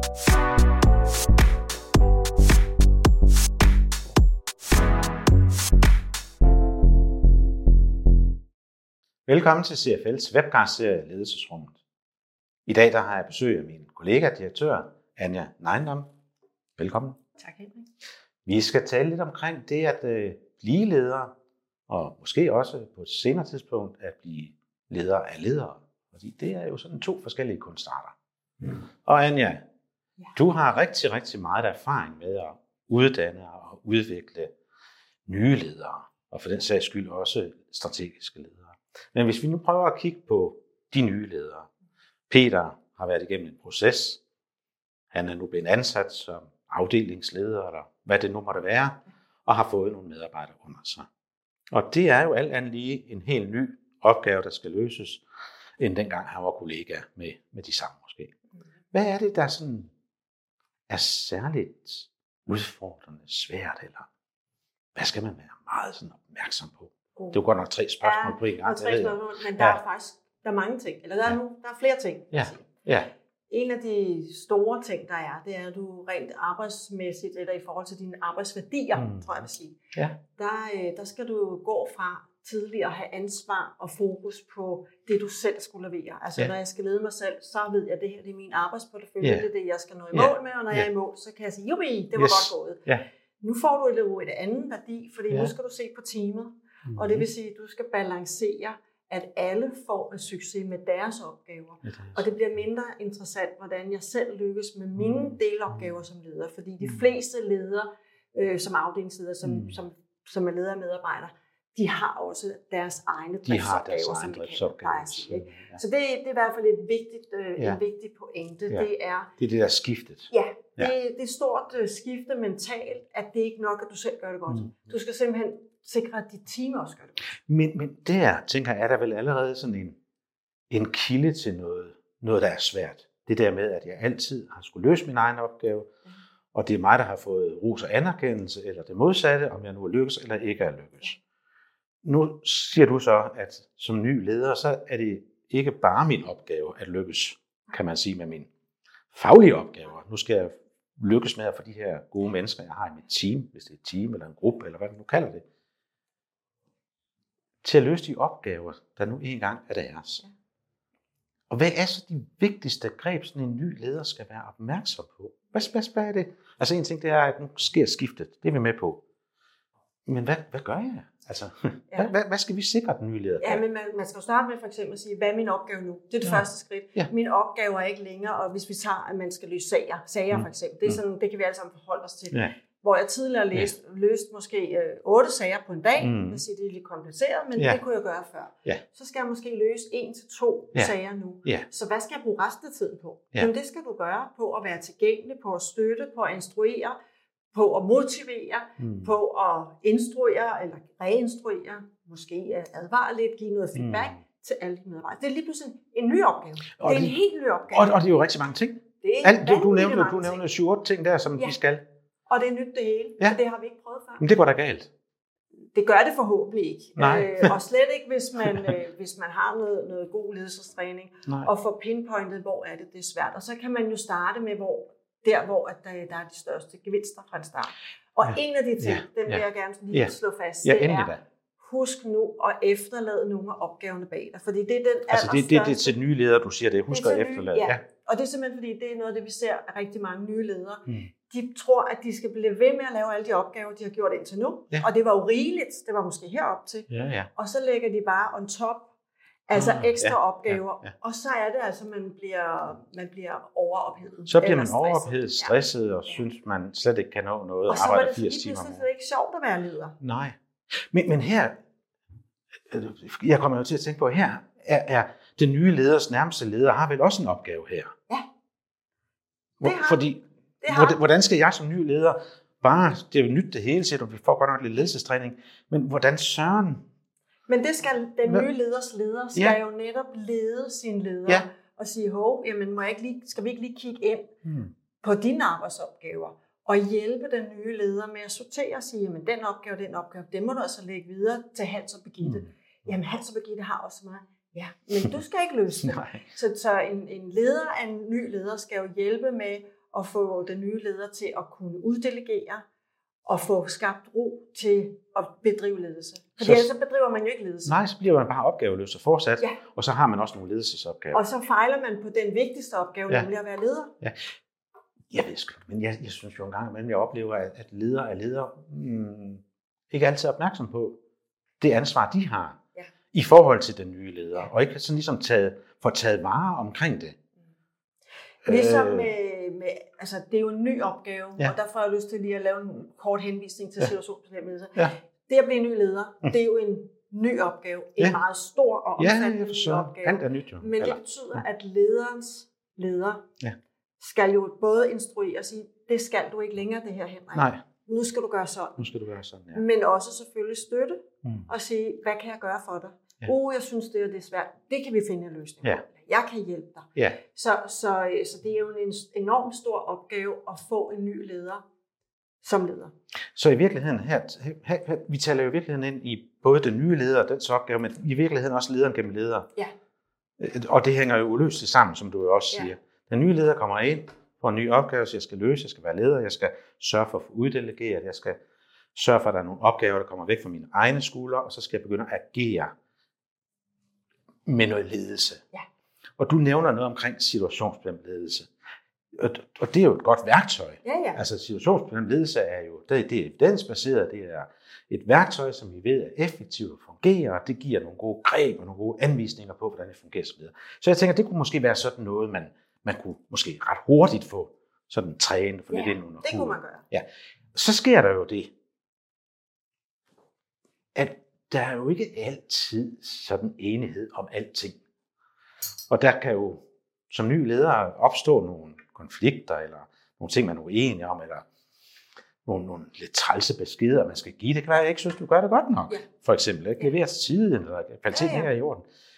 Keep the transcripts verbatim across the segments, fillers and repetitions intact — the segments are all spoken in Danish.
Velkommen til C F L's webcast-serie Ledelsesrummet. I dag der har jeg besøg af min kollega, direktør Anja Neindam. Velkommen. Tak, Henrik. Vi skal tale lidt omkring det at øh, blive leder, og måske også på et senere tidspunkt at blive leder af ledere. Fordi det er jo sådan to forskellige kunstarter. Mm. Og Anja, ja. Du har rigtig, rigtig meget erfaring med at uddanne og udvikle nye ledere, og for den sags skyld også strategiske ledere. Men hvis vi nu prøver at kigge på de nye ledere. Peter har været igennem en proces. Han er nu blevet ansat som afdelingsleder, eller hvad det nu måtte være, og har fået nogle medarbejdere under sig. Og det er jo alt andet lige en helt ny opgave, der skal løses, end dengang han var kollega med, med de samme måske. Hvad er det, der sådan er særligt udfordrende, svært, eller hvad skal man være meget sådan opmærksom på? Det er jo godt nok tre spørgsmål ja, på en gang. Tre spørgsmål, men der ja. er faktisk der er mange ting. Eller der er, ja. nu, der er flere ting. Ja. Ja. En af de store ting, der er, det er, at du rent arbejdsmæssigt, eller i forhold til dine arbejdsværdier, mm. tror jeg vil sige, ja. der, der skal du gå fra tidligere at have ansvar og fokus på det, du selv skulle levere. Altså, ja. når jeg skal lede mig selv, så ved jeg, at det her det er min arbejdsportefølje, ja. det er det, jeg skal nå i mål med, og når ja. jeg er i mål, så kan jeg sige, jubi, det var yes. godt gået. Ja. Nu får du et, et andet værdi, fordi ja. nu skal du se på teamet. Mm-hmm. Og det vil sige, at du skal balancere, at alle får en succes med deres opgaver. Ja, det og det bliver mindre interessant, hvordan jeg selv lykkes med mine mm. delopgaver som leder. Fordi de fleste ledere, øh, som afdelingsleder, som, mm. som, som er leder af medarbejdere, de har også deres egne driftsopgaver, som de kender. Ja. Så det, det er i hvert fald et vigtigt, øh, ja. en vigtig pointe. Ja. Det er det er det der skiftet. Ja, det, ja. det er stort uh, skifte mentalt, at det ikke nok, at du selv gør det godt. Mm. Du skal simpelthen sikre, at dit team også gør det godt. Men, men der, tænker jeg, er der vel allerede sådan en, en kilde til noget, noget, der er svært. Det der med, at jeg altid har skulle løse min egen opgave, mm. og det er mig, der har fået ros og anerkendelse, eller det modsatte, om jeg nu er lykkes eller ikke er lykkes. Nu siger du så, at som ny leder, så er det ikke bare min opgave at lykkes, kan man sige, med mine faglige opgaver. Nu skal jeg lykkes med at få de her gode mennesker, jeg har i mit team, hvis det er et team eller en gruppe, eller hvad man nu kalder det, til at løse de opgaver, der nu engang er deres. Og hvad er så de vigtigste greb, sådan en ny leder skal være opmærksom på? Hvad, hvad, hvad er det? Altså en ting, det er, at nu sker skiftet. Det er vi med på. Men hvad, hvad gør jeg? Altså, ja. hvad, hvad, hvad skal vi sikre den nye leder? Ja, men man, man skal jo starte med for eksempel at sige, hvad er min opgave nu? Det er det ja. første skridt. Ja. Min opgave er ikke længere, og hvis vi tager, at man skal løse sager, sager mm. for eksempel, det, er sådan, det kan vi alle sammen forholde os til. Ja. Hvor jeg tidligere læst, ja. løst måske øh, otte sager på en dag, mm. det siger, det er lidt kompliceret, men ja. det kunne jeg gøre før. Ja. Så skal jeg måske løse en til to ja. sager nu. Ja. Så hvad skal jeg bruge resten af tiden på? Ja. Jamen det skal du gøre på at være tilgængelig, på at støtte, på at instruere, på at motivere, mm. på at instruere eller reinstruere, måske advare lidt, give noget feedback mm. til alle de medarbejdere. Det er lige pludselig en ny opgave. Og det er en det, helt ny opgave. Og, og det er jo rigtig mange ting. Det er Alt, du, du nævnte, du nævnte syv otte ting der, som ja. de skal. Og det er nyt det hele, ja. så det har vi ikke prøvet før. Men det går da galt. Det gør det forhåbentlig ikke. Nej. Øh, og slet ikke, hvis man, øh, hvis man har noget, noget god ledelsestræning, Nej. og får pinpointet, hvor er det, det er svært. Og så kan man jo starte med, hvor der, hvor at der, der er de største gevinster fra en start. Og ja. en af de ting, ja. den vil ja. jeg gerne lige ja. slå fast, ja, det er, da. husk nu at efterlade nogle af opgaverne bag dig. Fordi det er den altså det, det, det er til nye ledere, du siger det. Husk at efterlade. Ja. ja, og det er simpelthen fordi, det er noget af det, vi ser af rigtig mange nye ledere. Hmm. De tror, at de skal blive ved med at lave alle de opgaver, de har gjort indtil nu. Ja. Og det var jo rigeligt. Det var måske herop til. Ja, ja. Og så lægger de bare on top, altså ah, ekstra ja, opgaver. Ja, ja. Og så er det altså, man bliver, man bliver overophedet. Så bliver man overophedet, stresset, ja. og synes, man slet ikke kan nå noget. Og så var det firs timer om ugen. Det er ikke sjovt at være leder. Nej. Men, men her, jeg kommer jo til at tænke på, her er, er den nye leders nærmeste leder, har vel også en opgave her. Ja. Det har Fordi, hvordan skal jeg som ny leder, bare, det er jo nyt det hele set, og vi får godt nok lidt ledelsestræning, men hvordan søren? Men det skal den nye leders leder, skal ja. jo netop lede sin leder, ja. og sige, hov, jamen må jeg ikke lige, skal vi ikke lige kigge ind hmm. på dine arbejdsopgaver, og hjælpe den nye leder med at sortere og sige, jamen den opgave, den opgave, den må du altså lægge videre til Hans og Birgitte. Hmm. Jamen Hans og Birgitte har også mig. Ja, men du skal ikke løse det. Så, så en, en leder af en ny leder skal jo hjælpe med at få den nye leder til at kunne uddelegere og få skabt ro til at bedrive ledelse. For ellers så bedriver man jo ikke ledelse. Nej, så bliver man bare opgaveløs og fortsat, ja. og så har man også nogle ledelsesopgaver. Og så fejler man på den vigtigste opgave, ja. nemlig at være leder. Ja. Jeg ved sgu, men jeg, jeg synes jo en gang imellem, jeg oplever, at, at ledere er ledere hmm, ikke altid er opmærksom på det ansvar, de har ja. i forhold til den nye leder, ja. og ikke sådan ligesom taget, få taget vare omkring det. Ligesom med, med, altså det er jo en ny opgave, ja. og derfor har jeg lyst til lige at lave en kort henvisning til ja. situationsbestemt ledelse. Ja. Det at blive ny leder, mm. det er jo en ny opgave, en ja. meget stor og omfattende ja, ny opgave. Alt er nyt, jo. Men Eller, det betyder, ja. at lederens leder ja. skal jo både instruere og sige, det skal du ikke længere, det her, Henrik. Nej. Nu skal du gøre sådan. Nu skal du gøre sådan, ja. Men også selvfølgelig støtte mm. og sige, hvad kan jeg gøre for dig? Ja. Uh, jeg synes, det er, det er svært. Det kan vi finde en løsning ja. på. Jeg kan hjælpe dig. Ja. Så, så, så det er jo en enormt stor opgave at få en ny leder som leder. Så i virkeligheden her, her, her vi taler jo i virkeligheden ind i både den nye leder og dens opgave, men i virkeligheden også lederen gennem ledere. Ja. Og det hænger jo uløseligt sammen, som du jo også siger. Ja. Den nye leder kommer ind på en ny opgave, så jeg skal løse, jeg skal være leder, jeg skal sørge for at få uddelegeret, jeg skal sørge for, at der er nogle opgaver, der kommer væk fra mine egne skuldre, og så skal jeg begynde at agere med noget ledelse. Ja. Og du nævner noget omkring situationsbestemt ledelse. Og det er jo et godt værktøj. Ja, ja. Altså situationsbestemt ledelse er jo, det, det er evidensbaseret, det er et værktøj, som vi ved er effektivt og fungerer, og det giver nogle gode greb og nogle gode anvisninger på, hvordan det fungerer som leder. Så jeg tænker, det kunne måske være sådan noget, man, man kunne måske ret hurtigt få sådan træne, for ja, lidt ind under det kunne man gøre. Ja. Så sker der jo det, at der er jo ikke altid sådan enighed om alting. Og der kan jo som ny leder opstå nogle konflikter, eller nogle ting, man er uenige om, eller nogle, nogle lidt trælse beskeder, man skal give. Det kan være, at jeg ikke synes, du gør det godt nok. Ja. For eksempel, ikke leverer til tiden, eller kvaliteten ja, ja. er i orden.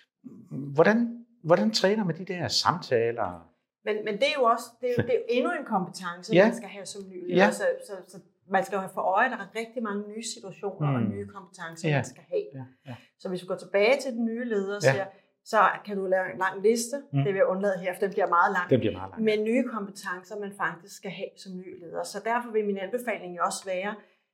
Hvordan, hvordan træner man de der samtaler? Men, men det er jo også det er jo, det er jo endnu en kompetence, ja. man skal have som ny leder. Ja. Så, så, så man skal jo have for øje, at der er rigtig mange nye situationer mm. og nye kompetencer, ja. man skal have. Ja. Ja. Så hvis vi går tilbage til den nye leder og ja. siger, så kan du lave en lang liste. Mm. Det vil jeg undlade her, for den bliver meget lang. Den bliver meget lang. Med nye kompetencer, man faktisk skal have som ny leder. Så derfor vil min anbefaling jo også være,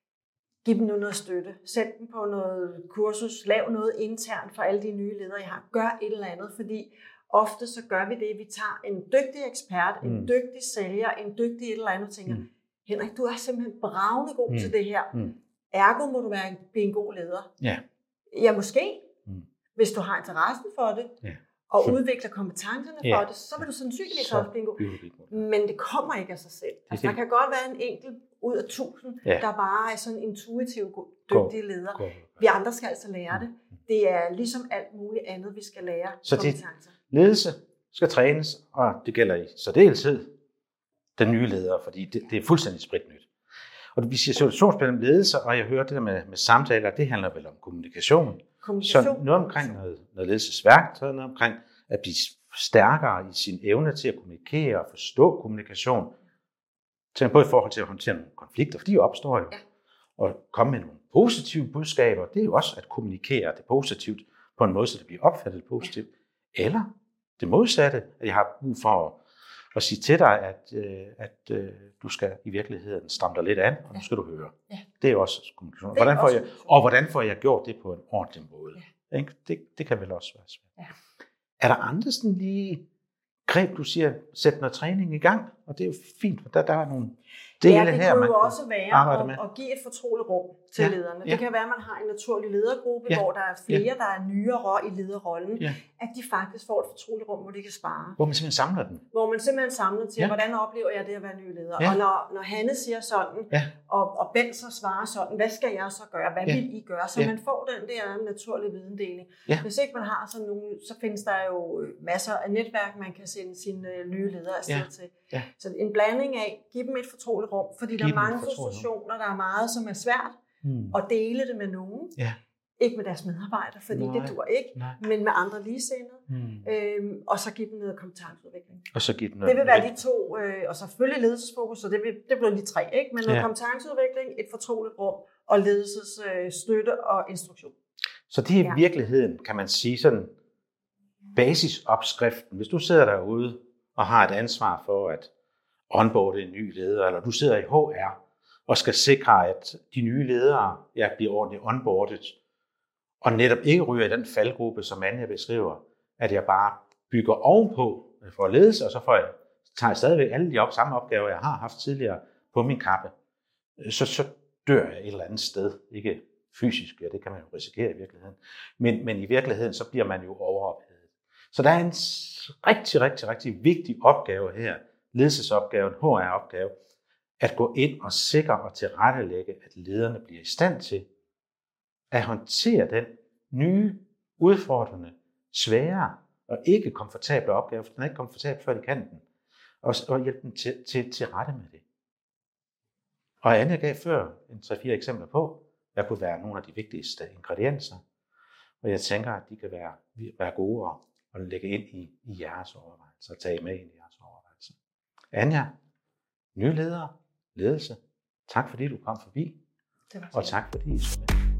giv dem nu noget støtte. Sæt dem på noget kursus. Lav noget internt for alle de nye ledere, I har. Gør et eller andet, fordi ofte så gør vi det, vi tager en dygtig ekspert, mm. en dygtig sælger, en dygtig et eller andet, og tænker, mm. Henrik, du er simpelthen bravende god mm. til det her. Mm. Ergo må du være en, blive en god leder. Ja. Ja, måske. Mm. Hvis du har interessen for det, ja. og udvikler kompetencerne ja. for det, så vil du sandsynligvis så også blive en god. Men det kommer ikke af sig selv. Altså, der kan godt være en enkelt ud af tusind, ja. der bare er sådan en intuitiv dygtig leder. Gå. Vi andre skal altså lære det. Det er ligesom alt muligt andet, vi skal lære så kompetencer. Det, ledelse skal trænes, og det gælder i særdeleshed den nye leder, fordi det, det er fuldstændig spritnyt. Og vi siger situationsbestemt ledelse, og jeg hører det der med, med samtaler, det handler vel om kommunikation. kommunikation. Så noget omkring noget, noget ledelsesværktøj, noget omkring at blive stærkere i sin evne til at kommunikere og forstå kommunikation. Tænk både i forhold til at håndtere nogle konflikter, for de opstår jo. Ja. Og komme med nogle positive budskaber, det er jo også at kommunikere det positivt på en måde, så det bliver opfattet positivt. Ja. Eller det modsatte, at jeg har brug for at, at sige til dig, at, at, at du skal i virkeligheden stramme dig lidt an, og nu skal du høre. Ja. Det er også kommunikation. Hvordan får jeg, og hvordan får jeg gjort det på en ordentlig måde? Ja. Ikke? Det, det kan vel også være svært. Ja. Er der andre sådan lige greb, du siger, sæt noget træning i gang? Og det er jo fint, for der, der er nogle dele her, ja, det her, kunne jo også være at, at give et fortroligt rum til ja. lederne. Det ja. kan være, at man har en naturlig ledergruppe, ja. hvor der er flere, ja. der er nyere i lederrollen, ja. at de faktisk får et fortroligt rum, hvor de kan spare. Hvor man simpelthen samler den. Hvor man simpelthen samler til, ja. hvordan oplever jeg det at være ny leder? Ja. Og når, når Hanne siger sådan, ja. og, og Bent så svarer sådan, hvad skal jeg så gøre? Hvad ja. vil I gøre? Så ja. man får den der naturlige videndeling. Ja. Hvis ikke man har sådan nogle, så findes der jo masser af netværk, man kan sende sine nye ledere afsted ja. til. Ja. Så en blanding af, give dem et fortroligt rum, fordi der er mange frustrationer, der er meget, som er svært hmm. at dele det med nogen. Ja. Ikke med deres medarbejdere, fordi Nej. det dur ikke, Nej. men med andre ligesindede. Hmm. Øhm, og så give dem noget kompetenceudvikling. Og så give dem noget det vil være de to, øh, og selvfølgelig ledelsesfokus, så det, vil, det bliver lige tre, ikke? Men noget ja. kompetenceudvikling, et fortroligt rum, og ledelsesstøtte øh, og instruktion. Så det er i ja. virkeligheden, kan man sige, sådan basisopskriften. Hvis du sidder derude og har et ansvar for at onboarde en ny leder, eller du sidder i H R og skal sikre, at de nye ledere ja, bliver ordentligt onboardet, og netop ikke ryger i den faldgruppe, som Anja beskriver, at jeg bare bygger ovenpå for ledelse, og så får jeg, tager jeg stadigvæk alle de op, samme opgaver, jeg har haft tidligere på min kappe. Så, så dør jeg et eller andet sted. Ikke fysisk, ja, det kan man jo risikere i virkeligheden. Men, men i virkeligheden, så bliver man jo overophedet. Så der er en rigtig, rigtig, rigtig vigtig opgave her, ledelsesopgaven, H R-opgave, at gå ind og sikre og tilrettelægge, at lederne bliver i stand til at håndtere den nye, udfordrende, svære og ikke komfortable opgave, for den er ikke komfortabel, før de kan den, og, og hjælpe dem til, til, til rette med det. Og Anja gav før en tre-fire eksempler på, hvad kunne være nogle af de vigtigste ingredienser, og jeg tænker, at de kan være, være gode og, og lægge ind i, i jeres overvejelser, og tage med ind i jeres overvejelser. Anja, nye ledere, ledelse, tak fordi du kom forbi, og tak fordi I så med.